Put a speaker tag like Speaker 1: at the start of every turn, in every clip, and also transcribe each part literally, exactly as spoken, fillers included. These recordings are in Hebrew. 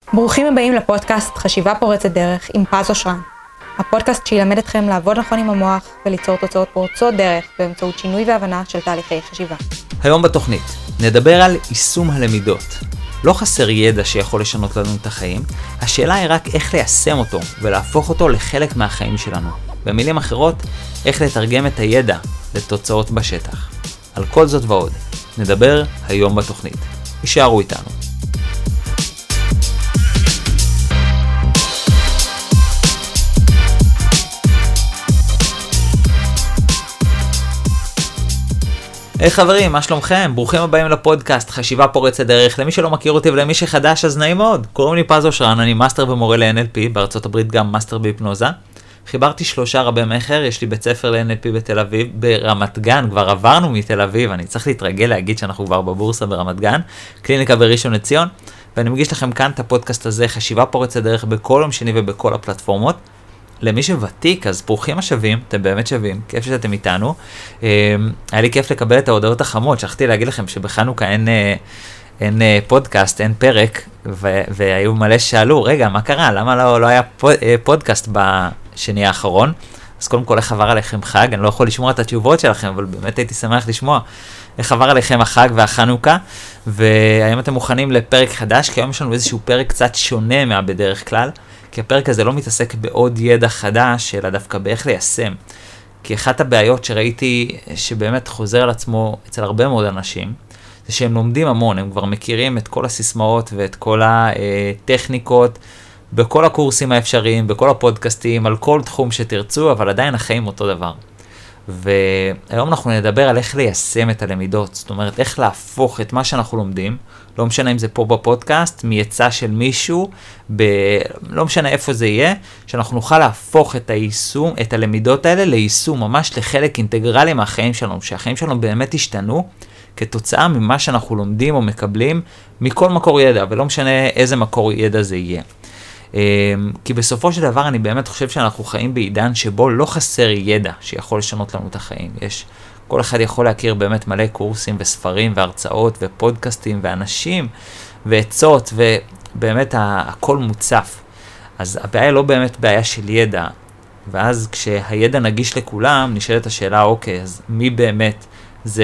Speaker 1: ברוכים הבאים לפודקאסט חשיבה פורצת דרך עם פז אושרן. הפודקאסט שילמד אתכם לעבוד נכון עם המוח וליצור תוצאות פורצות דרך באמצעות שינוי והבנה של תהליכי חשיבה.
Speaker 2: היום בתוכנית נדבר על יישום הלמידות. לא חסר ידע שיכול לשנות לנו את החיים, השאלה היא רק איך ליישם אותו ולהפוך אותו לחלק מהחיים שלנו. במילים אחרות, איך לתרגם את הידע לתוצאות בשטח. על כל זאת ועוד, נדבר היום בתוכנית. יישארו איתנו. היי hey, חברים, מה שלומכם? ברוכים הבאים לפודקאסט חשיבה פורצת דרך. למי שלא מכיר אותי ולמי שחדש אז נעים מאוד. קוראים לי פז אושרן, אני מאסטר ומורה ל-אן אל פי, בארצות הברית גם מאסטר בהיפנוזה. חיברתי שלושה רבי מחר, יש לי בית ספר ל-אן אל פי בתל אביב, ברמת גן, כבר עברנו מתל אביב, אני צריך להתרגל להגיד שאנחנו כבר בבורסה ברמת גן, קליניקה בראשון לציון, ואני מגיש לכם כאן את הפודקאסט הזה, חשיבה פורצת דרך בכל יום שני ובכל הפלטפורמות. למי שוותיק, אז ברוכים השווים, אתם באמת שווים, כיף שאתם איתנו. היה לי כיף לקבל את ההודעות החמות, שכחתי להגיד לכם שבחנוכה אין, אין פודקאסט, אין פרק, ו- והיו מלא שאלו, רגע, מה קרה? למה לא, לא היה פודקאסט בשני האחרון? אז קודם כל, איך עבר עליכם חג? אני לא יכול לשמוע את התשובות שלכם, אבל באמת הייתי שמח לשמוע איך עבר עליכם החג והחנוכה, והאם אתם מוכנים לפרק חדש, כי היום יש לנו איזשהו פרק קצת שונה מהבדרך כלל, כי הפרק הזה לא מתעסק בעוד ידע חדש, אלא דווקא באיך ליישם. כי אחת הבעיות שראיתי שבאמת חוזר על עצמו אצל הרבה מאוד אנשים, זה שהם לומדים המון, הם כבר מכירים את כל הסיסמאות ואת כל הטכניקות, בכל הקורסים האפשריים, בכל הפודקאסטים, על כל תחום שתרצו, אבל עדיין החיים אותו דבר. והיום אנחנו נדבר על איך ליישם את הלמידות, זאת אומרת, איך להפוך את מה שאנחנו לומדים, לא משנה אם זה פה בפודקאסט, מיצא של מישהו, ב... לא משנה איפה זה יהיה, שאנחנו נוכל להפוך את היישום, את הלמידות האלה ליישום, ממש לחלק אינטגרלי מהחיים שלנו, שהחיים שלנו באמת השתנו, כתוצאה ממה שאנחנו לומדים או מקבלים, מכל מקור ידע, ולא משנה איזה מקור ידע זה יהיה. כי בסופו של דבר אני באמת חושב שאנחנו חיים בעידן שבו לא חסר ידע שיכול לשנות לנו את החיים. יש, כל אחד יכול להכיר באמת מלא קורסים וספרים והרצאות ופודקאסטים ואנשים ועצות, ובאמת הכל מוצף. אז הבעיה לא באמת בעיה של ידע, ואז כשהידע נגיש לכולם נשאלת השאלה, אוקיי, אז מי באמת זה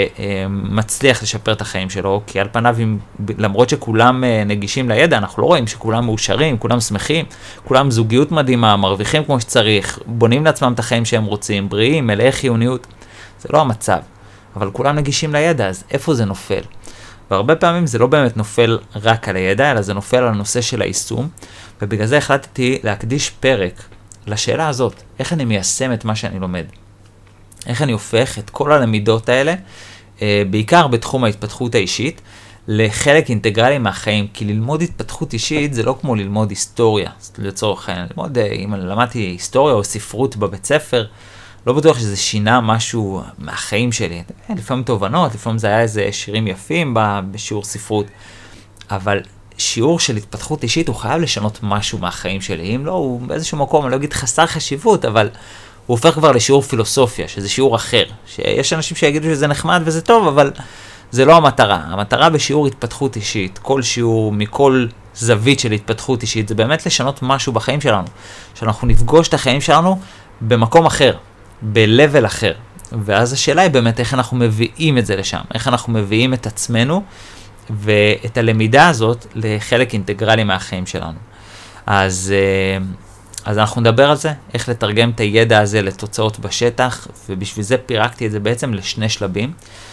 Speaker 2: שמצליח לשפר את החיים שלו? כי על פניו, למרות שכולם נגישים לידע, אנחנו לא רואים שכולם מאושרים, כולם שמחים, כולם זוגיות מדהימה, מרוויחים כמו שצריך, בונים לעצמם את החיים שהם רוצים, בריאים, מלאי חיוניות. זה לא המצב, אבל כולם נגישים לידע, אז איפה זה נופל? והרבה פעמים זה לא באמת נופל רק על הידע, אלא זה נופל על הנושא של היישום, ובגלל זה החלטתי להקדיש פרק לשאלה הזאת, איך אני מיישם את מה שאני לומד? איך אני הופך את כל הלמידות האלה, בעיקר בתחום ההתפתחות האישית, לחלק אינטגרלי מהחיים, כי ללמוד התפתחות אישית זה לא כמו ללמוד היסטוריה, לצורך העניין, ללמוד, אם אני למדתי היסטוריה או ספרות בבית ספר, לא בטוח שזה שינה משהו מהחיים שלי, לפעמים תובנות, לפעמים זה היה איזה שירים יפים בשיעור ספרות, אבל שיעור של התפתחות אישית הוא חייב לשנות משהו מהחיים שלי, אם לא, הוא באיזשהו מקום, אני לא אגיד חסר חשיבות, אבל הוא הופך כבר לשיעור פילוסופיה, שזה שיעור אחר, שיש אנשים שיגידו שזה נחמד וזה טוב, אבל זה לא המטרה. המטרה בשיעור התפתחות אישית, כל שיעור מכל זווית של התפתחות אישית, זה באמת לשנות משהו בחיים שלנו, שאנחנו נפגוש את החיים שלנו במקום אחר, ב-level אחר. ואז השאלה היא באמת איך אנחנו מביאים את זה לשם, איך אנחנו מביאים את עצמנו ואת הלמידה הזאת לחלק אינטגרלי מהחיים שלנו. אז אז אנחנו נדבר על זה, איך לתרגם את הידע הזה לתוצאות בשטח, ובשביל זה פירקתי את זה בעצם לשני שלבים.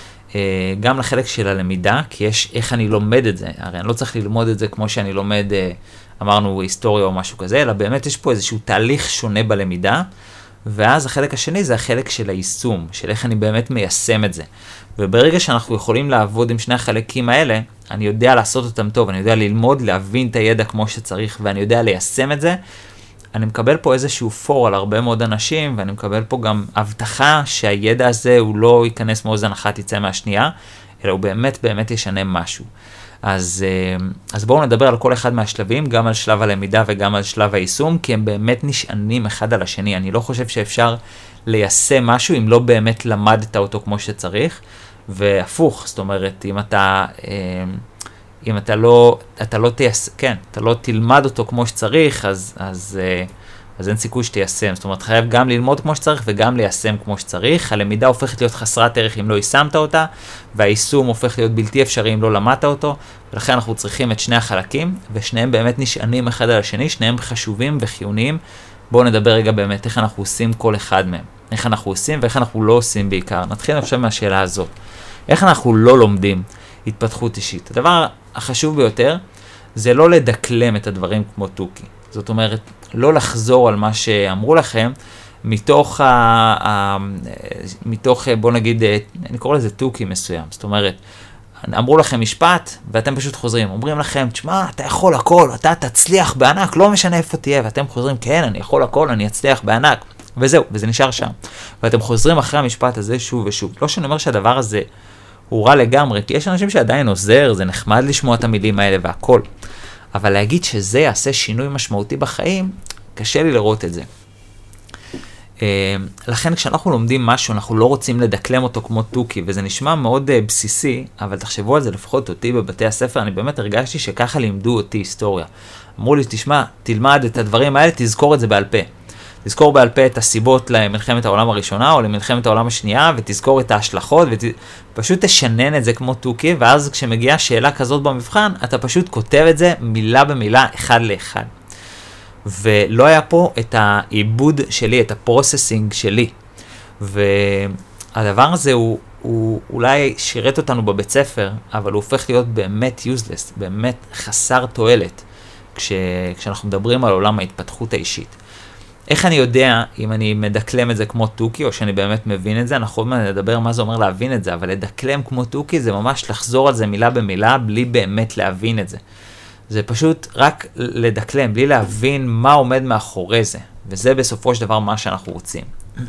Speaker 2: גם לחלק של הלמידה, כי יש איך אני לומד את זה, הרי אני לא צריך ללמוד את זה כמו שאני לומד, אמרנו, היסטוריה או משהו כזה, אלא באמת יש פה איזשהו תהליך שונה בלמידה, ואז החלק השני זה החלק של היישום, של איך אני באמת מיישם את זה. וברגע שאנחנו יכולים לעבוד עם שני החלקים האלה, אני יודע לעשות אותם טוב, אני יודע ללמוד, להבין את הידע כמו שצריך, ואני יודע ליישם את זה, אני מקבל פה איזשהו פור על הרבה מאוד אנשים, ואני מקבל פה גם הבטחה שהידע הזה הוא לא ייכנס מאוזן אחת, יצא מהשנייה, אלא הוא באמת באמת ישנה משהו. אז, אז בואו נדבר על כל אחד מהשלבים, גם על שלב הלמידה וגם על שלב היישום, כי הם באמת נשענים אחד על השני. אני לא חושב שאפשר ליישם משהו אם לא באמת למדת אותו כמו שצריך, והפוך, זאת אומרת, אם אתה אם אתה לא, אתה לא תייס, כן, אתה לא תלמד אותו כמו שצריך, אז, אז, אז אין סיכוי שתיישם. זאת אומרת, חייב גם ללמוד כמו שצריך וגם ליישם כמו שצריך. הלמידה הופכת להיות חסרת ערך אם לא יישמת אותה, והיישום הופך להיות בלתי אפשרי אם לא למדת אותו, ולכן אנחנו צריכים את שני החלקים, ושניהם באמת נשענים אחד על השני, שניהם חשובים וחיוניים. בואו נדבר רגע באמת איך אנחנו עושים כל אחד מהם. איך אנחנו עושים ואיך אנחנו לא עושים בעיקר. נתחיל עכשיו מהשאלה הזאת. איך אנחנו לא לומדים התפתחות אישית? הדבר החשוב ביותר זה לא לדקלם את הדברים כמו תוכי. זאת אומרת, לא לחזור על מה שאמרו לכם מתוך, ה, ה, מתוך בוא נגיד, אני קורא לזה תוכי מסוים. זאת אומרת, אמרו לכם משפט ואתם פשוט חוזרים. אומרים לכם, תשמע, אתה יכול הכל, אתה תצליח בענק, לא משנה איפה תהיה. ואתם חוזרים, כן, אני יכול הכל, אני אצליח בענק. וזהו, וזה נשאר שם. ואתם חוזרים אחרי המשפט הזה שוב ושוב. לא שאני אומר שהדבר הזה הוא רע לגמרי, כי יש אנשים שעדיין עוזר, זה נחמד לשמוע את המילים האלה והכל. אבל להגיד שזה יעשה שינוי משמעותי בחיים, קשה לי לראות את זה. לכן כשאנחנו לומדים משהו, אנחנו לא רוצים לדקלם אותו כמו תוכי, וזה נשמע מאוד בסיסי, אבל תחשבו על זה, לפחות אותי בבתי הספר, אני באמת הרגשתי שככה לימדו אותי היסטוריה. אמרו לי, תשמע, תלמד את הדברים האלה, תזכור את זה בעל פה. תזכור בעל פה את הסיבות למלחמת העולם הראשונה או למלחמת העולם השנייה, ותזכור את ההשלכות, ופשוט תשנן את זה כמו תוכי, ואז כשמגיעה שאלה כזאת במבחן, אתה פשוט כותב את זה מילה במילה, אחד לאחד. ולא היה פה את העיבוד שלי, את הפרוססינג שלי. והדבר הזה הוא, הוא אולי שירת אותנו בבית ספר, אבל הוא הופך להיות באמת useless, באמת חסר תועלת, כש, כשאנחנו מדברים על עולם ההתפתחות האישית. איך אני יודע אם אני מדקלם את זה כמו תוכי, או שאני באמת מבין את זה? אנחנו עוד מעט נדבר מה זה אומר להבין את זה, אבל לדקלם כמו תוכי זה ממש לחזור על זה מילה במילה, בלי באמת להבין את זה. זה פשוט רק לדקלם, בלי להבין מה עומד מאחורי זה. וזה בסופו של דבר מה שאנחנו רוצים.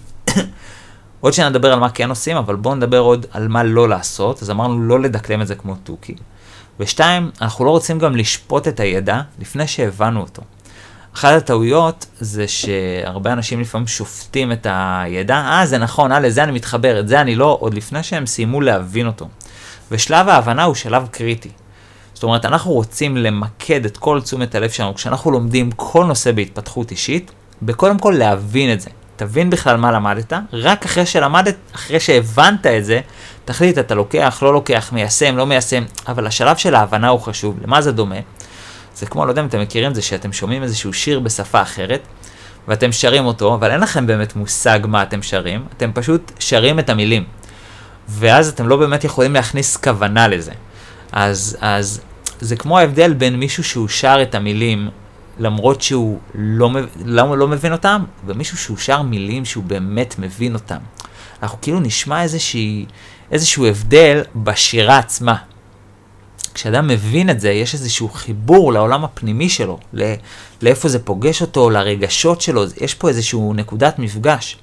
Speaker 2: עוד שנדבר על מה כן עושים, אבל בואו נדבר עוד על מה לא לעשות. אז אמרנו לא לדקלם את זה כמו תוכי. ושתיים, אנחנו לא רוצים גם לשפוט את הידע לפני שהבנו אותו. אחת הטעויות זה שהרבה אנשים לפעמים שופטים את הידע, אה זה נכון, אה לזה אני מתחבר, את זה אני לא, עוד לפני שהם סיימו להבין אותו. ושלב ההבנה הוא שלב קריטי. זאת אומרת, אנחנו רוצים למקד את כל תשומת הלב שלנו, כשאנחנו לומדים כל נושא בהתפתחות אישית, בקודם כל להבין את זה. תבין בכלל מה למדת, רק אחרי שלמדת, אחרי שהבנת את זה, תחליט, אתה לוקח, לא לוקח, מיישם, לא מיישם, אבל השלב של ההבנה הוא חשוב. למה זה דומה? זה כמו, לא יודע אם אתם מכירים את זה, שאתם שומעים איזשהו שיר בשפה אחרת, ואתם שרים אותו, אבל אין לכם באמת מושג מה אתם שרים, אתם פשוט שרים את המילים. ואז אתם לא באמת יכולים להכניס כוונה לזה. אז, אז זה כמו ההבדל בין מישהו שהוא שר את המילים, למרות שהוא לא, לא, לא מבין אותם, ומישהו שהוא שר מילים שהוא באמת מבין אותם. אנחנו כאילו נשמע איזשהו, איזשהו הבדל בשירה עצמה. כשאדם מבין את זה, יש איזשהו חיבור לעולם הפנימי שלו, לא, לאיפה זה פוגש אותו, לרגשות שלו, יש פה איזשהו נקודת מפגש.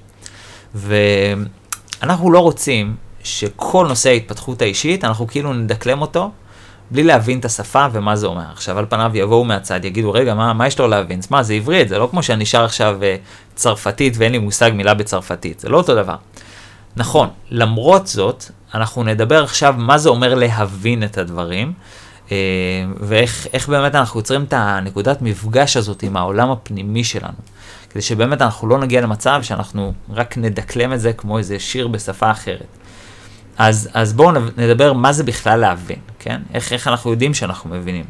Speaker 2: ואנחנו לא רוצים שכל נושא ההתפתחות האישית, אנחנו כאילו נדקלם אותו, בלי להבין את השפה ומה זה אומר. עכשיו על פניו יבואו מהצד, יגידו, רגע, מה, מה יש לו להבין? מה, זה עברית, זה לא כמו שאני שר עכשיו צרפתית ואין לי מושג מילה בצרפתית, זה לא אותו דבר. נכון, למרות זאת, אנחנו נדבר עכשיו מה זה אומר להבין את הדברים, ואיך איך באמת אנחנו יוצרים את הנקודת מפגש הזאת עם העולם הפנימי שלנו, כדי שבאמת אנחנו לא נגיע למצב שאנחנו רק נדקלם את זה כמו איזה שיר בשפה אחרת. אז, אז בואו נדבר מה זה בכלל להבין, כן? איך, איך אנחנו יודעים שאנחנו מבינים.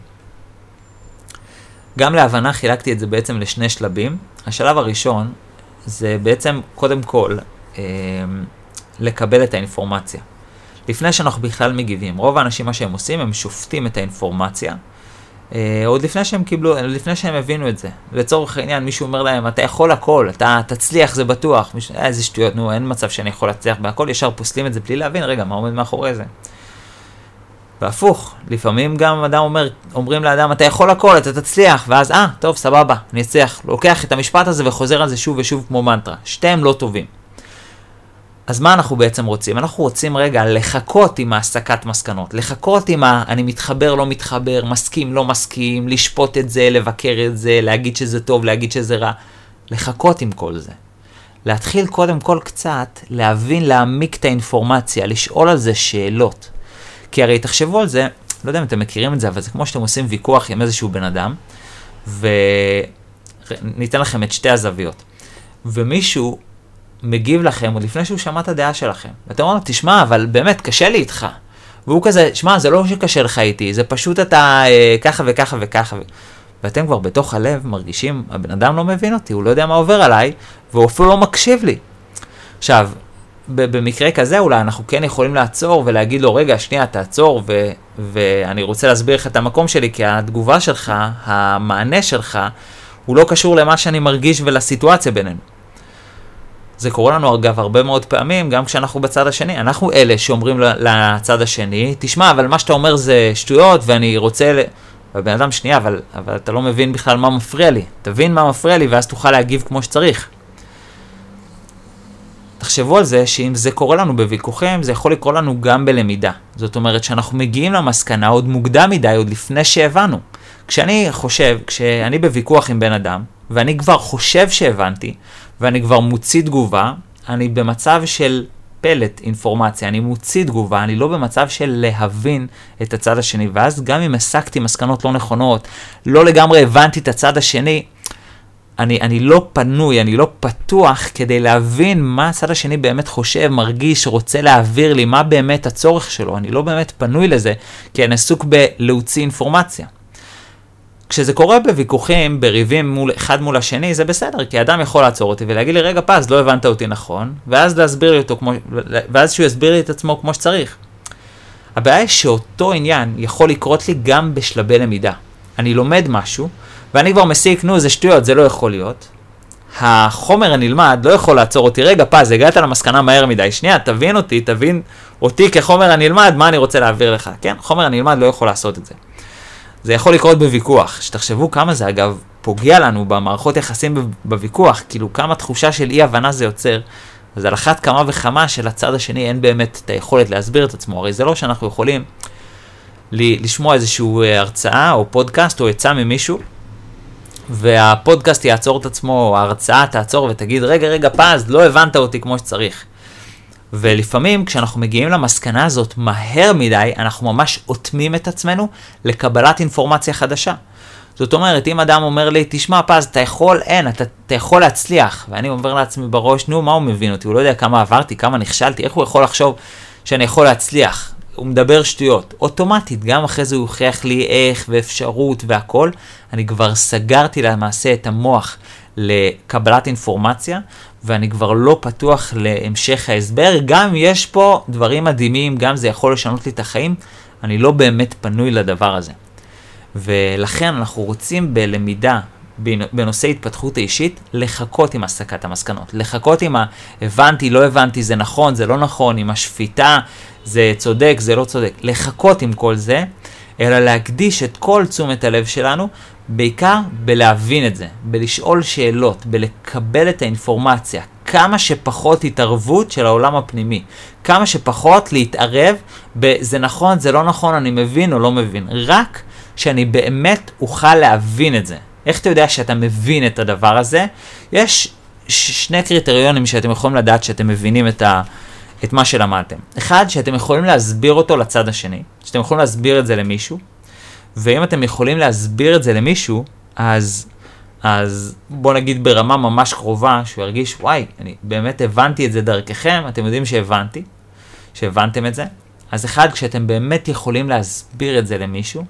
Speaker 2: גם להבנה חילקתי את זה בעצם לשני שלבים. השלב הראשון זה בעצם קודם כל אה, לקבל את האינפורמציה. לפני שאנחנו בכלל מגיבים, רוב האנשים מה שהם עושים, הם שופטים את האינפורמציה, אה, עוד לפני שהם קיבלו, לפני שהם הבינו את זה. לצורך העניין, מישהו אומר להם, אתה יכול הכל, אתה תצליח, זה בטוח. מישהו, אה, איזה שטויות, נו, אין מצב שאני יכול להצליח בהכל, ישר פוסלים את זה בלי להבין, רגע, מה עומד מאחורי זה? והפוך, לפעמים גם אדם אומר, אומרים לאדם, אתה יכול הכל, אתה תצליח, ואז, אה, טוב, סבבה, אני אצליח. לוקח את המשפט הזה וחוזר על זה שוב ושוב כמו מנטרה. שתיהם לא טובים. אז מה אנחנו בעצם רוצים? אנחנו רוצים רגע לחכות עם העסקת מסקנות, לחכות עם ה... אני מתחבר, לא מתחבר, מסכים, לא מסכים, לשפוט את זה, לבקר את זה, להגיד שזה טוב, להגיד שזה רע. לחכות עם כל זה. להתחיל קודם כל קצת, להבין, להעמיק את האינפורמציה, לשאול על זה שאלות. כי הרי תחשבו על זה, לא יודע אם אתם מכירים את זה, אבל זה כמו שאתם עושים ויכוח עם איזשהו בן אדם, וניתן לכם את שתי הזוויות. ומישהו מגיב לכם, עוד לפני שהוא שמע את הדעה שלכם. ואתם אומרים, תשמע, אבל באמת, קשה לי איתך. והוא כזה, שמע, זה לא שקשה לך איתי, זה פשוט אתה אה, ככה וככה וככה. ואתם כבר בתוך הלב מרגישים, הבן אדם לא מבין אותי, הוא לא יודע מה עובר עליי, והוא אפילו לא מקשיב לי. עכשיו, במקרה כזה אולי אנחנו כן יכולים לעצור ולהגיד לו, רגע, שנייה, תעצור, ו- ואני רוצה להסביר לך את המקום שלי, כי התגובה שלך, המענה שלך, הוא לא קשור למה שאני מרגיש ולסיטואציה בינינו. זה קורה לנו אגב הרבה מאוד פעמים, גם כשאנחנו בצד השני. אנחנו אלה שאומרים לצד השני, תשמע, אבל מה שאתה אומר זה שטויות, ואני רוצה... ל... ובן אדם שנייה, אבל, אבל אתה לא מבין בכלל מה מפריע לי. תבין מה מפריע לי, ואז תוכל להגיב כמו שצריך. תחשבו על זה שאם זה קורה לנו בוויכוחים, זה יכול לקרות לנו גם בלמידה. זאת אומרת שאנחנו מגיעים למסקנה עוד מוקדם מדי, עוד לפני שהבנו. כשאני חושב, כשאני בוויכוח עם בן אדם, ואני כבר חושב שהבנתי, ואני כבר מוציא תגובה, אני במצב של פלט אינפורמציה, אני מוציא תגובה, אני לא במצב של להבין את הצד השני, ואז גם אם הסקתי מסקנות לא נכונות, לא לגמרי הבנתי את הצד השני, אני, אני לא פנוי, אני לא פתוח כדי להבין מה הצד השני באמת חושב, מרגיש, רוצה להעביר לי, מה באמת הצורך שלו, אני לא באמת פנוי לזה, כי אני עסוק בלהוציא אינפורמציה. כשזה קורה בוויכוחים, בריבים מול, אחד מול השני, זה בסדר, כי האדם יכול לעצור אותי ולהגיד לי, רגע פז, לא הבנת אותי נכון, ואז להסביר לי אותו כמו, ואז שהוא יסביר לי את עצמו כמו שצריך. הבעיה היא שאותו עניין יכול לקרות לי גם בשלבי למידה. אני לומד משהו, ואני כבר מסיק, נו, זה שטויות, זה לא יכול להיות. החומר הנלמד לא יכול לעצור אותי, רגע פז, הגעת למסקנה מהר מדי, שנייה, תבין אותי, תבין אותי כחומר הנלמד, מה אני רוצה להעביר לך, כן? חומר הנלמד לא יכול לעשות את זה. זה יכול לקרות בוויכוח, שתחשבו כמה זה אגב פוגע לנו במערכות יחסים בוויכוח, כאילו כמה תחושה של אי הבנה זה יוצר, אז על אחת כמה וכמה של הצד השני אין באמת את היכולת להסביר את עצמו, הרי זה לא שאנחנו יכולים לשמוע איזשהו הרצאה או פודקאסט או עצה ממישהו, והפודקאסט יעצור את עצמו, או ההרצאה תעצור ותגיד, רגע רגע פז, לא הבנת אותי כמו שצריך. ולפעמים כשאנחנו מגיעים למסקנה הזאת מהר מדי, אנחנו ממש עוטמים את עצמנו לקבלת אינפורמציה חדשה. זאת אומרת, אם אדם אומר לי, תשמע פז, אתה יכול, אין, אתה, אתה יכול להצליח. ואני אומר לעצמי בראש, נו, מה הוא מבין אותי? הוא לא יודע כמה עברתי, כמה נכשלתי, איך הוא יכול לחשוב שאני יכול להצליח? הוא מדבר שטויות. אוטומטית, גם אחרי זה הוא הוכיח לי איך ואפשרות והכל, אני כבר סגרתי למעשה את המוח לקבלת אינפורמציה, ואני כבר לא פתוח להמשך ההסבר, גם יש פה דברים מדהימים, גם זה יכול לשנות לי את החיים, אני לא באמת פנוי לדבר הזה. ולכן אנחנו רוצים בלמידה, בנושא התפתחות האישית, לחכות עם הסקת המסקנות, לחכות עם הבנתי, לא הבנתי, זה נכון, זה לא נכון, עם השפיטה, זה צודק, זה לא צודק, לחכות עם כל זה, אלא להקדיש את כל תשומת הלב שלנו, בעיקר בלהבין את זה, בלשאול שאלות, בלקבל את האינפורמציה, כמה שפחות התערבות של העולם הפנימי, כמה שפחות להתערב בזה נכון, זה לא נכון, אני מבין או לא מבין, רק שאני באמת אוכל להבין את זה. איך אתה יודע שאתה מבין את הדבר הזה? יש שני קריטריונים שאתם יכולים לדעת שאתם מבינים את ה... את מה שלמדתם. אחד, שאתם יכולים להסביר אותו לצד השני, שאתם יכולים להסביר את זה למישהו, ואם אתם יכולים להסביר את זה למישהו, אז, אז בוא נגיד ברמה ממש קרובה, שהוא ירגיש, וואי, אני באמת הבנתי את זה דרככם, אתם יודעים שהבנתי, שהבנתם את זה. אז אחד, כשאתם באמת יכולים להסביר את זה למישהו,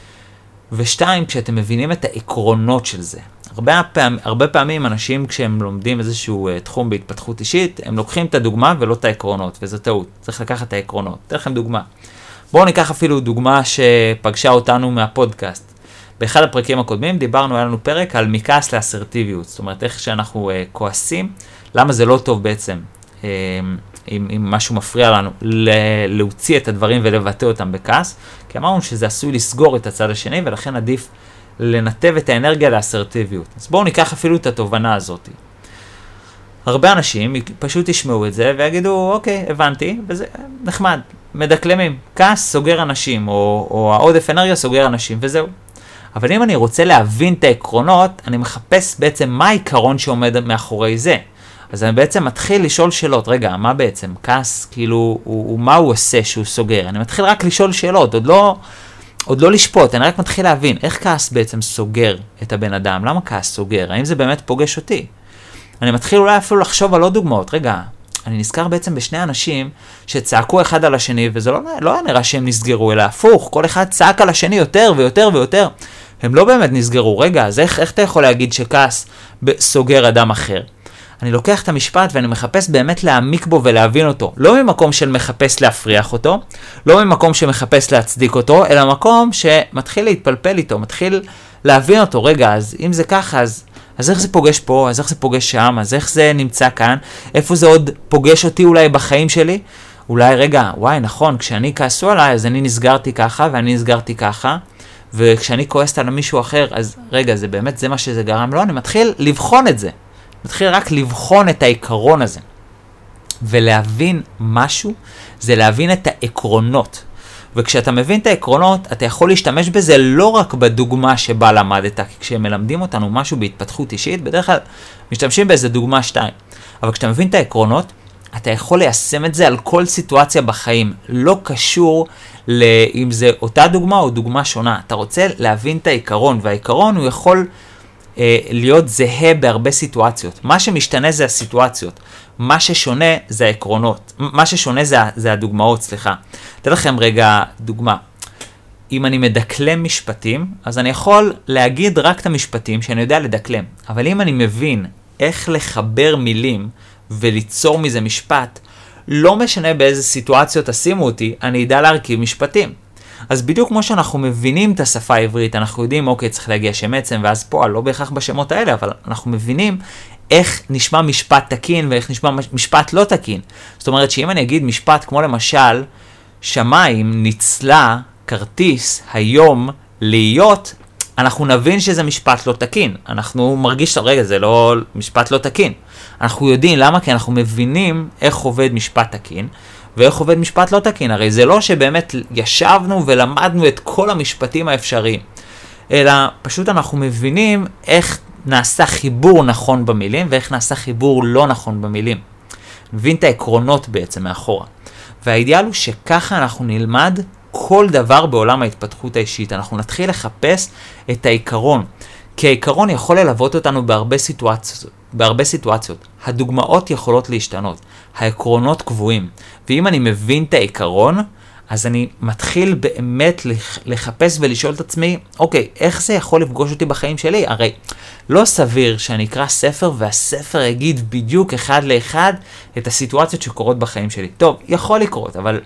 Speaker 2: ושתיים, כשאתם מבינים את העקרונות של זה. הרבה, פעמים, הרבה פעמים אנשים כשהם לומדים איזשהו uh, תחום בהתפתחות אישית, הם לוקחים את הדוגמה ולא את העקרונות, וזו טעות. צריך לקחת את העקרונות. אתן לכם דוגמה. בואו ניקח אפילו דוגמה שפגשה אותנו מהפודקאסט. באחד הפרקים הקודמים דיברנו, היה לנו פרק על מכעס לאסרטיביות. זאת אומרת, איך שאנחנו uh, כועסים, למה זה לא טוב בעצם, uh, אם, אם משהו מפריע לנו, להוציא את הדברים ולבטא אותם בכעס, כי אמרנו שזה עשוי לסגור את הצד השני, ולכן עדיף לנתב את האנרגיה לאסרטיביות. אז בואו ניקח אפילו את התובנה הזאת. הרבה אנשים פשוט ישמעו את זה ויגידו, אוקיי, הבנתי, וזה נחמד, מדקלמים. כעס סוגר אנשים, או, או העודף אנרגיה סוגר אנשים, וזהו. אבל אם אני רוצה להבין את העקרונות, אני מחפש בעצם מה העיקרון שעומד מאחורי זה. אז אני בעצם מתחיל לשאול שאלות, רגע, מה בעצם? כעס, כאילו, הוא, הוא, מה הוא עושה שהוא סוגר? אני מתחיל רק לשאול שאלות, עוד לא, עוד לא לשפוט, אני רק מתחיל להבין איך כעס בעצם סוגר את הבן אדם, למה כעס סוגר, האם זה באמת פוגש אותי? אני מתחיל אולי אפילו לחשוב על עוד דוגמאות, רגע, אני נזכר בעצם בשני אנשים שצעקו אחד על השני, וזה לא, לא היה נראה שהם נסגרו, אלא הפוך, כל אחד צעק על השני יותר ויותר ויותר, הם לא באמת נסגרו, רגע, אז איך, איך אתה יכול להגיד שכעס סוגר אדם אחר? אני לוקח את המשפט ואני מחפש באמת להעמיק בו ולהבין אותו. לא ממקום של מחפש להפריח אותו, לא ממקום שמחפש להצדיק אותו, אלא מקום שמתחיל להתפלפל איתו, מתחיל להבין אותו. רגע, אז אם זה ככה, אז, אז איך זה פוגש פה, אז איך זה פוגש שם, אז איך זה נמצא כאן, איפה זה עוד פוגש אותי אולי בחיים שלי? אולי רגע, וואי, נכון, כשאני כעסו עליי, אז אני נסגרתי ככה ואני נסגרתי ככה, וכשאני כועסת על מישהו אחר, אז רגע, זה באמת זה מה שזה גרם לו, אני מתחיל לבחון את זה. מתחיל רק לבחון את העיקרון הזה. ולהבין משהו, זה להבין את העקרונות. וכשאתה מבין את העקרונות, אתה יכול להשתמש בזה לא רק בדוגמה שבה למדת, כי כשהם מלמדים אותנו משהו בהתפתחות אישית, בדרך כלל משתמשים באיזה דוגמה שתיים. אבל כשאתה מבין את העקרונות, אתה יכול ליישם את זה על כל סיטואציה בחיים. לא קשור אם זה אותה דוגמה או דוגמה שונה. אתה רוצה להבין את העיקרון, והעיקרון הוא יכול להיות זהה בהרבה סיטואציות. מה שמשתנה זה הסיטואציות. מה ששונה זה העקרונות. מה ששונה זה, זה הדוגמאות, סליחה. אתן לכם רגע דוגמה. אם אני מדקלם משפטים, אז אני יכול להגיד רק את המשפטים שאני יודע לדקלם. אבל אם אני מבין איך לחבר מילים וליצור מזה משפט, לא משנה באיזה סיטואציות תשימו אותי, אני ידע להרכיב משפטים. אז בדיוק כמו שאנחנו מבינים את השפה העברית, אנחנו יודעים, אוקיי, צריך להגיע שם עצם, ואז פועל, לא בהכרח בשמות האלה, אבל אנחנו מבינים איך נשמע משפט תקין, ואיך נשמע משפט לא תקין. זאת אומרת שאם אני אגיד משפט כמו למשל, שמיים ניצלה כרטיס היום להיות, אנחנו נבין שזה משפט לא תקין. אנחנו מרגיש, רגע, זה לא משפט לא תקין. אנחנו יודעים למה, כי אנחנו מבינים איך עובד משפט תקין, ואיך עובד משפט לא תקין. הרי זה לא שבאמת ישבנו ולמדנו את כל המשפטים האפשריים, אלא פשוט אנחנו מבינים איך נעשה חיבור נכון במילים, ואיך נעשה חיבור לא נכון במילים. מבין את העקרונות בעצם מאחורה. והאידיאל הוא שככה אנחנו נלמד כל דבר בעולם ההתפתחות האישית. אנחנו נתחיל לחפש את העיקרון, כי העיקרון יכול ללוות אותנו בהרבה סיטואציות. בהרבה סיטואציות. הדוגמאות יכולות להשתנות, העקרונות קבועים. ואם אני מבין את העיקרון, אז אני מתחיל באמת לחפש ולשאול את עצמי, אוקיי, איך זה יכול לפגוש אותי בחיים שלי? הרי לא סביר שאני אקרא ספר והספר יגיד בדיוק אחד לאחד את הסיטואציות שקורות בחיים שלי. טוב, יכול לקרות, אבל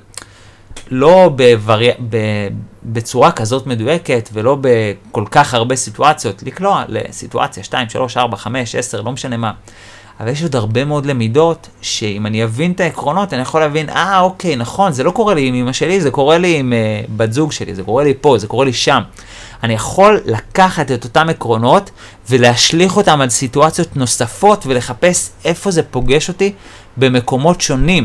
Speaker 2: לא בוורי... ב... בצורה כזאת מדויקת ולא בכל כך הרבה סיטואציות, לקלוע לסיטואציה שתיים, שלוש, ארבע, חמש, עשר, לא משנה מה. אבל יש עוד הרבה מאוד למידות שאם אני אבין את העקרונות, אני יכול להבין, אה, אוקיי, נכון, זה לא קורה לי עם אמא שלי, זה קורה לי עם uh, בת זוג שלי, זה קורה לי פה, זה קורה לי שם. אני יכול לקחת את אותם עקרונות ולהשליך אותם על סיטואציות נוספות ולחפש איפה זה פוגש אותי במקומות שונים.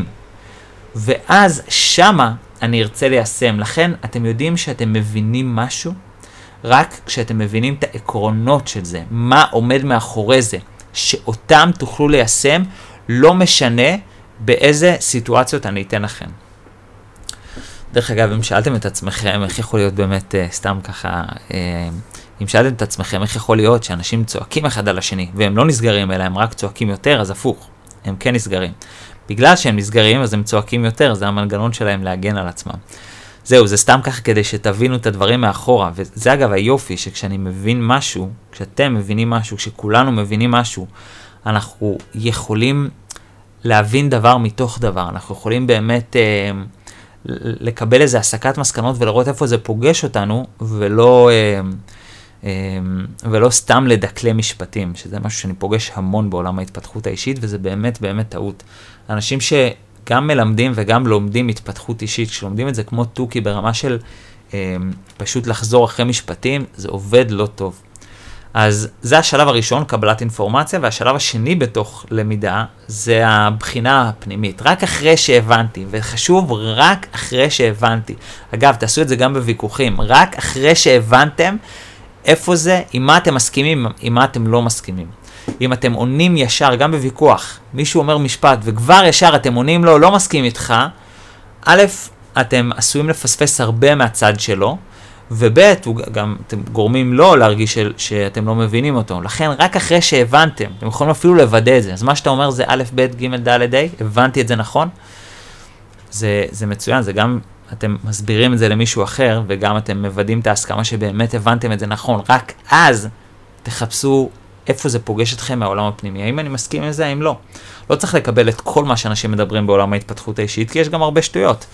Speaker 2: ואז שמה אני ארצה ליישם. לכן אתם יודעים שאתם מבינים משהו רק כשאתם מבינים את העקרונות של זה, מה עומד מאחורי זה, שאותם תוכלו ליישם, לא משנה באיזה סיטואציות אני אתן לכם. דרך אגב, אם שאלתם את עצמכם, איך יכול להיות באמת, סתם ככה, אם שאלתם את עצמכם, איך יכול להיות שאנשים צועקים אחד על השני, והם לא נסגרים, אלא הם רק צועקים יותר, אז הפוך, הם כן נסגרים. בגלל שהם נסגרים, אז הם צועקים יותר, זה המנגנון שלהם להגן על עצמם. זהו, זה סתם ככה כדי שתבינו את הדברים מאחורה, וזה אגב היופי, שכשאני מבין משהו, כשאתם מבינים משהו, כשכולנו מבינים משהו, אנחנו יכולים להבין דבר מתוך דבר, אנחנו יכולים באמת אה, לקבל איזה הסקת מסקנות ולראות איפה זה פוגש אותנו, ולא, אה, אה, ולא סתם לדקלם משפטים, שזה משהו שאני פוגש המון בעולם ההתפתחות האישית, וזה באמת באמת טעות. אנשים ש... גם מלמדים וגם לומדים התפתחות אישית, כשלומדים את זה כמו טוקי ברמה של אה, פשוט לחזור אחרי משפטים, זה עובד לא טוב. אז זה השלב הראשון, קבלת אינפורמציה, והשלב השני בתוך למידה, זה הבחינה הפנימית. רק אחרי שהבנתי, וחשוב רק אחרי שהבנתי. אגב, תעשו את זה גם בוויכוחים, רק אחרי שהבנתם איפה זה, עם מה אתם מסכימים, עם מה אתם לא מסכימים. אם אתם עונים ישר, גם בוויכוח, מישהו אומר משפט, וכבר ישר אתם עונים לו, לא מסכים איתך, א', אתם עשויים לפספס הרבה מהצד שלו, וב' הוא גם, אתם גורמים לו להרגיש של, שאתם לא מבינים אותו. לכן, רק אחרי שהבנתם, אתם יכולים אפילו לוודא את זה. אז מה שאתה אומר זה א', ב', ג', ד', ה', הבנתי את זה נכון? זה, זה מצוין, זה גם, אתם מסבירים את זה למישהו אחר, וגם אתם מוודאים את ההסכמה שבאמת הבנתם את זה נכון. רק אז תחפשו איפה זה פוגש אתכם מהעולם הפנימי. האם אני מסכים עם זה, האם לא? לא צריך לקבל את כל מה שאנשים מדברים בעולם ההתפתחות האישית, כי יש גם הרבה שטויות.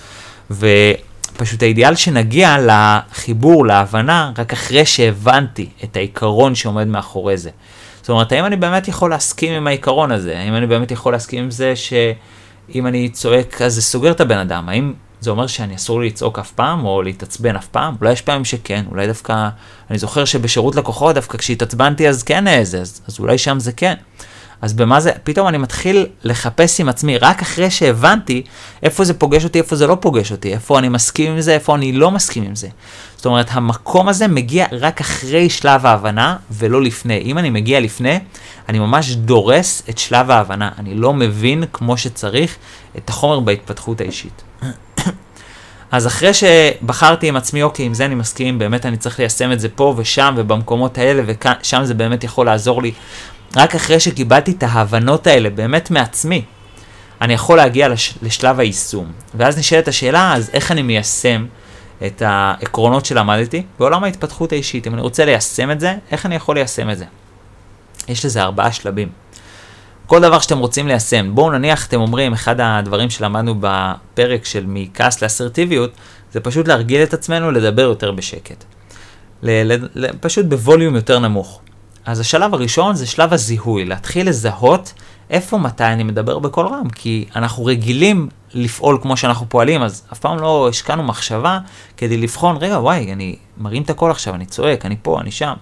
Speaker 2: ופשוט האידיאל שנגיע לחיבור, להבנה, רק אחרי שהבנתי את העיקרון שעומד מאחורי זה. זאת אומרת, האם אני באמת יכול להסכים עם העיקרון הזה? האם אני באמת יכול להסכים עם זה שאם אני צועק, אז זה סוגר את הבן אדם? האם זה אומר שאני אסור לי לצעוק אף פעם, או להתעצבן אף פעם? אולי יש פעמים שכן, אולי דווקא, אני זוכר שבשירות לקוחות, דווקא כשהתעצבנתי אז כן איזה, אז, אז אולי שם זה כן. אז במה זה, פתאום אני מתחיל לחפש עם עצמי, רק אחרי שהבנתי איפה זה פוגש אותי, איפה זה לא פוגש אותי, איפה אני מסכים עם זה, איפה אני לא מסכים עם זה. זאת אומרת, המקום הזה מגיע רק אחרי שלב ההבנה, ולא לפני. אם אני מגיע לפני, אני ממש דורס את שלב ההבנה. אני לא מבין כמו שצריך את החומר בהתפתחות האישית. אז אחרי שבחרתי עם עצמי, אוקיי, עם זה אני מסכים, באמת אני צריך ליישם את זה פה ושם ובמקומות האלה, ושם זה באמת יכול לעזור לי. רק אחרי שקיבלתי את ההבנות האלה באמת מעצמי, אני יכול להגיע לש, לשלב היישום. ואז נשאלת השאלה, אז איך אני מיישם את העקרונות שלמדתי בעולם ההתפתחות האישית? אם אני רוצה ליישם את זה, איך אני יכול ליישם את זה? יש לזה ארבעה שלבים. כל דבר שאתם רוצים ליישם, בואו נניח, אתם אומרים, אחד הדברים שלמדנו בפרק של מכעס לאסרטיביות, זה פשוט להרגיל את עצמנו לדבר יותר בשקט. ל- ל- פשוט בווליום יותר נמוך. אז השלב הראשון זה שלב הזיהוי, להתחיל לזהות איפה מתי אני מדבר בכל רם, כי אנחנו רגילים לפעול כמו שאנחנו פועלים, אז אף פעם לא השקענו מחשבה כדי לבחון, רגע, וואי, אני מרים את הכל עכשיו, אני צועק, אני פה, אני שם.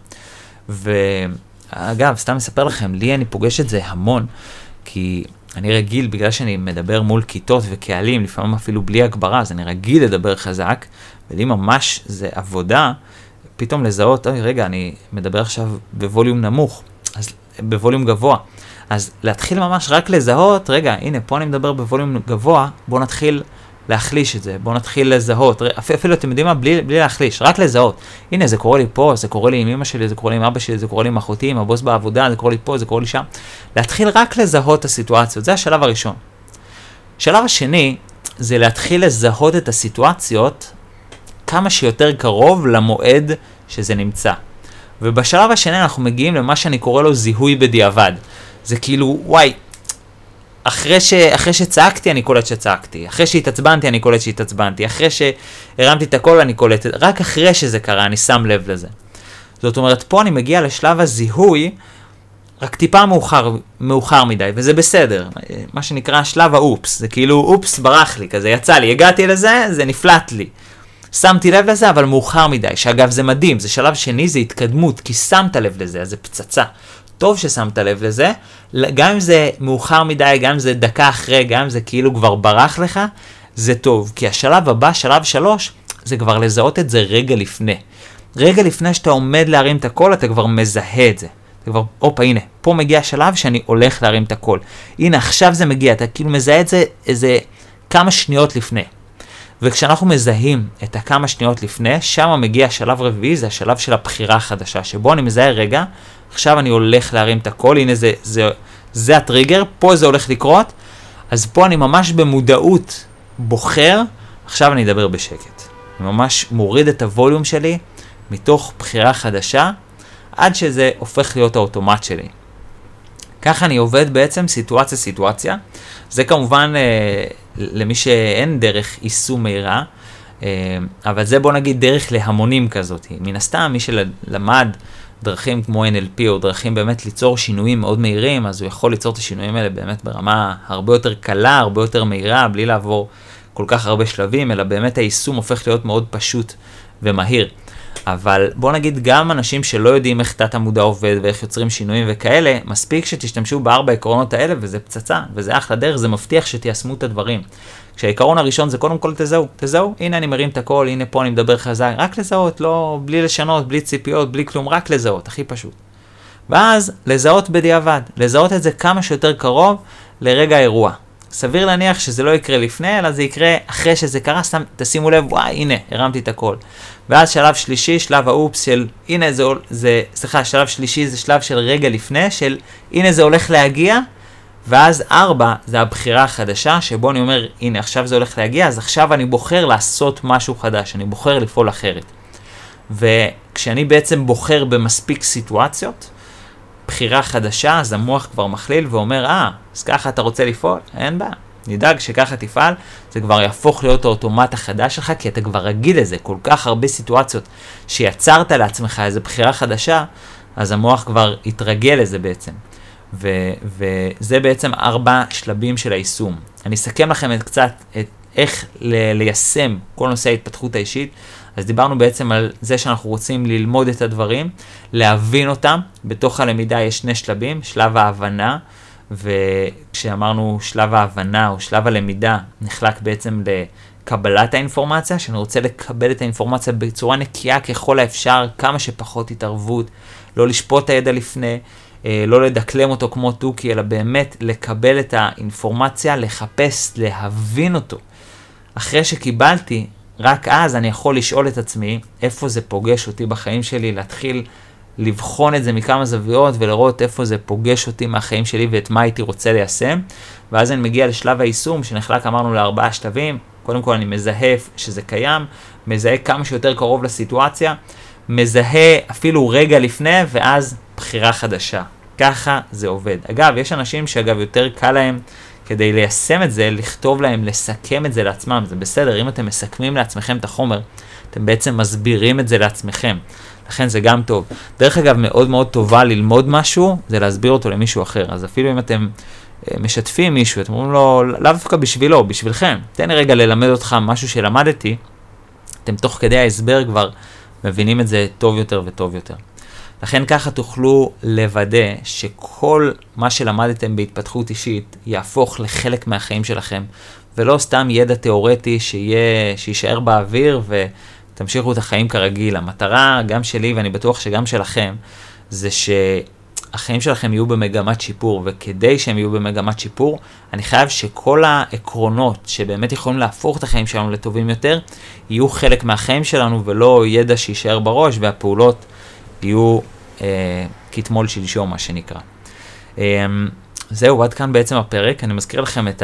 Speaker 2: ואגב, סתם מספר לכם, לי אני פוגש את זה המון, כי אני רגיל, בגלל שאני מדבר מול כיתות וקהלים, לפעמים אפילו בלי הגברה, אז אני רגיל לדבר חזק, ולי ממש זה עבודה, פתאום לזהות, אוי, רגע, אני מדבר עכשיו בווליום נמוך, אז בווליום גבוה. אז להתחיל ממש רק לזהות, רגע, הנה, פה אני מדבר בווליום גבוה, בואו נתחיל להחליש את זה, בואו נתחיל לזהות, אפילו אתם יודעים מה, בלי, בלי להחליש, רק לזהות. הנה, זה קורה לי פה, זה קורה לי עם אמא שלי, זה קורה לי עם אבא שלי, זה קורה לי עם אחותי, עם הבוס בעבודה, זה קורה לי פה, זה קורה לי שם. להתחיל רק לזהות את הסיטואציות, זה השלב הראשון. השלב השני, זה להתחיל לזהות את הסיטואציות, כמה שיותר קרוב למועד שזה נמצא. ובשלב השני אנחנו מגיעים למה שאני קורא לו זיהוי בדיעבד. זה כאילו, וואי, אחרי, ש, אחרי שצעקתי אני קולט שצעקתי, אחרי שהתעצבנתי אני קולט שהתעצבנתי, אחרי שהרמתי את הכל אני קולט, רק אחרי שזה קרה אני שם לב לזה. זאת אומרת, פה אני מגיע לשלב הזיהוי, רק טיפה מאוחר, מאוחר מדי, וזה בסדר. מה שנקרא שלב האופס, זה כאילו אופס ברח לי, כזה יצא לי, הגעתי לזה, זה נפלט לי. שמתי לב לזה, אבל מאוחר מדי, שאגב זה מדהים, זה שלב שני, זה התקדמות, כי שמת לב לזה, אז זה פצצה. טוב ששמת לב לזה, גם אם זה מאוחר מדי, גם אם זה דקה אחרי, גם אם זה כאילו כבר ברח לך, זה טוב, כי השלב הבא, שלב שלוש, זה כבר לזהות את זה רגע לפני. רגע לפני שאתה עומד להרים את הכל, אתה כבר מזהה את זה. אתה כבר, אופה, הנה, פה מגיע השלב שאני הולך להרים את הכל. הנה, עכשיו זה מגיע, אתה כאילו מזהה את זה איזה כמה שניות לפני. וכשאנחנו מזהים את הכמה שניות לפני, שם מגיע השלב רביעי, זה השלב של הבחירה החדשה, שבו אני מזהה רגע, עכשיו אני הולך להרים את הכל, הנה זה, זה, זה הטריגר, פה זה הולך לקרות, אז פה אני ממש במודעות בוחר, עכשיו אני אדבר בשקט. אני ממש מוריד את הווליום שלי, מתוך בחירה חדשה, עד שזה הופך להיות האוטומט שלי. ככה אני עובד בעצם סיטואציה סיטואציה, זה כמובן אה, למי שאין דרך יישום מהירה, אה, אבל זה בוא נגיד דרך להמונים כזאת. מן הסתם מי שלמד דרכים כמו אן אל פי או דרכים באמת ליצור שינויים מאוד מהירים, אז הוא יכול ליצור את השינויים האלה באמת ברמה הרבה יותר קלה, הרבה יותר מהירה, בלי לעבור כל כך הרבה שלבים, אלא באמת היישום הופך להיות מאוד פשוט ומהיר. אבל בוא נגיד גם אנשים שלא יודעים איך תת המודע עובד ואיך יוצרים שינויים וכאלה, מספיק שתשתמשו בארבע עקרונות האלה וזה פצצה, וזה אחלה דרך, זה מבטיח שתיישמו את הדברים. כשהעיקרון הראשון זה קודם כל תזהו, תזהו, הנה אני מרים את הכל, הנה פה אני מדבר חזק, רק לזהות, לא, בלי לשנות, בלי ציפיות, בלי כלום, רק לזהות, הכי פשוט. ואז לזהות בדיעבד, לזהות את זה כמה שיותר קרוב לרגע האירוע. סביר להניח שזה לא יקרה לפני, אלא זה יקרה אחרי שזה קרה, סתם תשימו לב, וואי, הנה, הרמתי את הכל. ואז שלב שלישי, שלב האופס של, הנה זה, זה, סליחה, שלב שלישי זה שלב של רגע לפני, של הנה זה הולך להגיע, ואז ארבע זה הבחירה החדשה, שבו אני אומר, הנה עכשיו זה הולך להגיע, אז עכשיו אני בוחר לעשות משהו חדש, אני בוחר לפעול אחרת. וכשאני בעצם בוחר במספיק סיטואציות, בחירה חדשה, אז המוח כבר מכליל ואומר, אה, אז ככה אתה רוצה לפעול? אין בעיה. נדאג שככה תפעל, זה כבר יהפוך להיות האוטומט החדש שלך, כי אתה כבר רגיל לזה, כל כך הרבה סיטואציות שיצרת לעצמך איזו בחירה חדשה, אז המוח כבר יתרגל לזה בעצם. ו- וזה בעצם ארבע שלבים של היישום. אני אסכם לכם את קצת את איך ל- ליישם כל נושא ההתפתחות האישית. אז דיברנו בעצם על זה שאנחנו רוצים ללמוד את הדברים, להבין אותם. בתוך הלמידה יש שני שלבים, שלב ההבנה, וכשאמרנו שלב ההבנה או שלב הלמידה, נחלק בעצם לקבלת האינפורמציה, שאני רוצה לקבל את האינפורמציה בצורה נקייה ככל האפשר, כמה שפחות התערבות, לא לשפוט את הידע לפני, לא לדקלם אותו כמו תוכי, אלא באמת לקבל את האינפורמציה, לחפש, להבין אותו. אחרי שקיבלתי, רק אז אני יכול לשאול את עצמי איפה זה פוגש אותי בחיים שלי, להתחיל לבחון את זה מכמה זוויות ולראות איפה זה פוגש אותי מהחיים שלי ואת מה הייתי רוצה ליישם. ואז אני מגיע לשלב היישום שנחלק, אמרנו, לארבעה שלבים. קודם כל אני מזהה שזה קיים, מזהה כמה שיותר קרוב לסיטואציה, מזהה אפילו רגע לפני ואז בחירה חדשה. ככה זה עובד. אגב, יש אנשים שאגב יותר קל להם כדי ליישם את זה, לכתוב להם, לסכם את זה לעצמם. זה בסדר, אם אתם מסכמים לעצמכם את החומר, אתם בעצם מסבירים את זה לעצמכם. לכן זה גם טוב. דרך אגב, מאוד מאוד טובה ללמוד משהו, זה להסביר אותו למישהו אחר. אז אפילו אם אתם משתפים מישהו, אתם אומרים לו, לאו דווקא בשבילו, בשבילכם. תן לי רגע ללמד אותך משהו שלמדתי, אתם תוך כדי ההסבר כבר מבינים את זה טוב יותר וטוב יותר. לכן ככה תוכלו לוודא שכל מה שלמדתם בהתפתחות אישית יהפוך לחלק מהחיים שלכם, ולא סתם ידע תיאורטי שיהיה, שישאר באוויר ותמשיכו את החיים כרגיל. המטרה גם שלי, ואני בטוח שגם שלכם, זה שהחיים שלכם יהיו במגמת שיפור, וכדי שהם יהיו במגמת שיפור, אני חייב שכל העקרונות שבאמת יכולים להפוך את החיים שלנו לטובים יותר, יהיו חלק מהחיים שלנו, ולא ידע שישאר בראש, והפעולות יהיו אה, כתמול שלשום, מה שנקרא. אה, זהו, עד כאן בעצם הפרק. אני מזכיר לכם את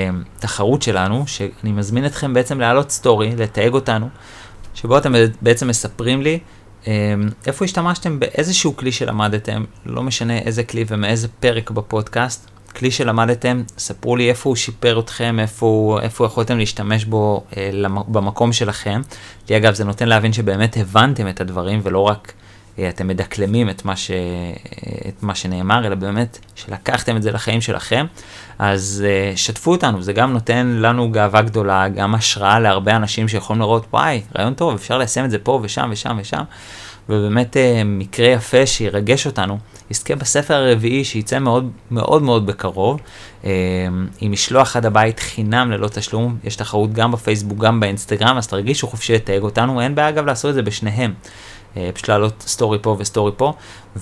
Speaker 2: התחרות שלנו, שאני מזמין אתכם בעצם להעלות סטורי, לתייג אותנו, שבו אתם בעצם מספרים לי אה, איפה השתמשתם באיזשהו כלי שלמדתם, לא משנה איזה כלי ומאיזה פרק בפודקאסט, כלי שלמדתם, ספרו לי איפה הוא שיפר אתכם, איפה, איפה יכולתם להשתמש בו אה, במקום שלכם. לי אגב, זה נותן להבין שבאמת הבנתם את הדברים, ולא רק אתם מדקלמים את מה, ש... את מה שנאמר, אלא באמת שלקחתם את זה לחיים שלכם. אז uh, שתפו אותנו, זה גם נותן לנו גאווה גדולה, גם השראה להרבה אנשים שיכולים לראות, וואי, רעיון טוב, אפשר ליישם את זה פה ושם ושם ושם, ובאמת uh, מקרה יפה שירגש אותנו, יזכה בספר הרביעי שיצא מאוד מאוד מאוד בקרוב, uh, עם משלוח עד הבית חינם ללא תשלום. יש תחרות גם בפייסבוק, גם באינסטגרם, אז תרגישו חופשי לתייג אותנו, אין בעיה אגב לעשות את זה בשניהם. פשוט לעלות סטורי פה וסטורי פה,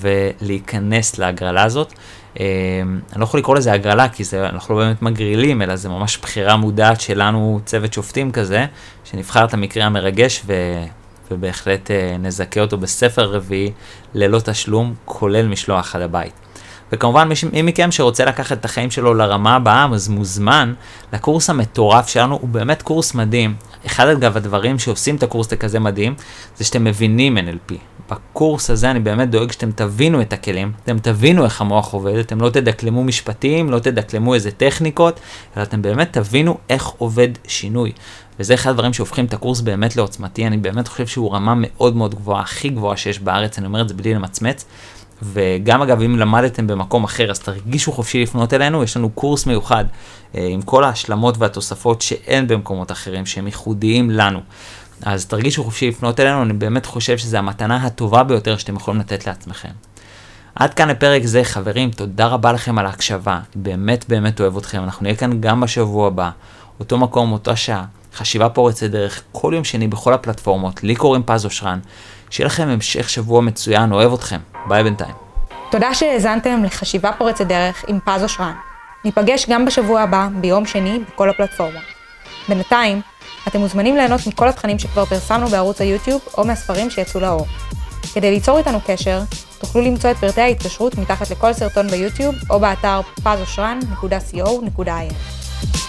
Speaker 2: ולהיכנס להגרלה הזאת. אני לא יכול לקרוא לזה הגרלה, כי זה, אנחנו לא באמת מגרילים, אלא זה ממש בחירה מודעת שלנו, צוות שופטים כזה, שנבחר את המקרה המרגש, ו... ובהחלט נזכה אותו בספר רביעי, ללא תשלום, כולל משלוח עד הבית. וכמובן, מי מכם שרוצה לקחת את החיים שלו לרמה הבאה, אז מוזמן לקורס המטורף שלנו, הוא באמת קורס מדהים. אחד אגב הדברים שעושים את הקורס כזה מדהים, זה שאתם מבינים אן אל פי. בקורס הזה אני באמת דואג שאתם תבינו את הכלים, אתם תבינו איך המוח עובד, אתם לא תדקלמו משפטים, לא תדקלמו איזה טכניקות, אלא אתם באמת תבינו איך עובד שינוי. וזה אחד הדברים שהופכים את הקורס באמת לעוצמתי, אני באמת חושב שהוא רמה מאוד מאוד גבוהה, הכי גבוהה שיש בארץ, אני אומר את זה בלי למצמץ. וגם אגב, אם למדתם במקום אחר, אז תרגישו חופשי לפנות אלינו. יש לנו קורס מיוחד עם כל ההשלמות והתוספות שאין במקומות אחרים, שהם ייחודיים לנו. אז תרגישו חופשי לפנות אלינו, אני באמת חושב שזו המתנה הטובה ביותר שאתם יכולים לתת לעצמכם. עד כאן לפרק זה, חברים, תודה רבה לכם על ההקשבה. באמת באמת אוהב אתכם. אנחנו נהיה כאן גם בשבוע הבא, אותו מקום, אותה שעה, חשיבה פורצת דרך, כל יום שני בכל הפלטפורמות. לי קוראים פז אושרן. שיהיה לכם המשך שבוע מצוין, אוהב אתכם. ביי בינתיים.
Speaker 1: תודה שהאזנתם לחשיבה פורצת דרך עם פז אושרן. ניפגש גם בשבוע הבא, ביום שני, בכל הפלטפורמות. בינתיים, אתם מוזמנים ליהנות מכל התכנים שכבר פרסמנו בערוץ היוטיוב או מהספרים שיצאו לאור. כדי ליצור איתנו קשר, תוכלו למצוא את פרטי ההתקשרות מתחת לכל סרטון ביוטיוב או באתר פז אושרן נקודה סי או נקודה איי אן.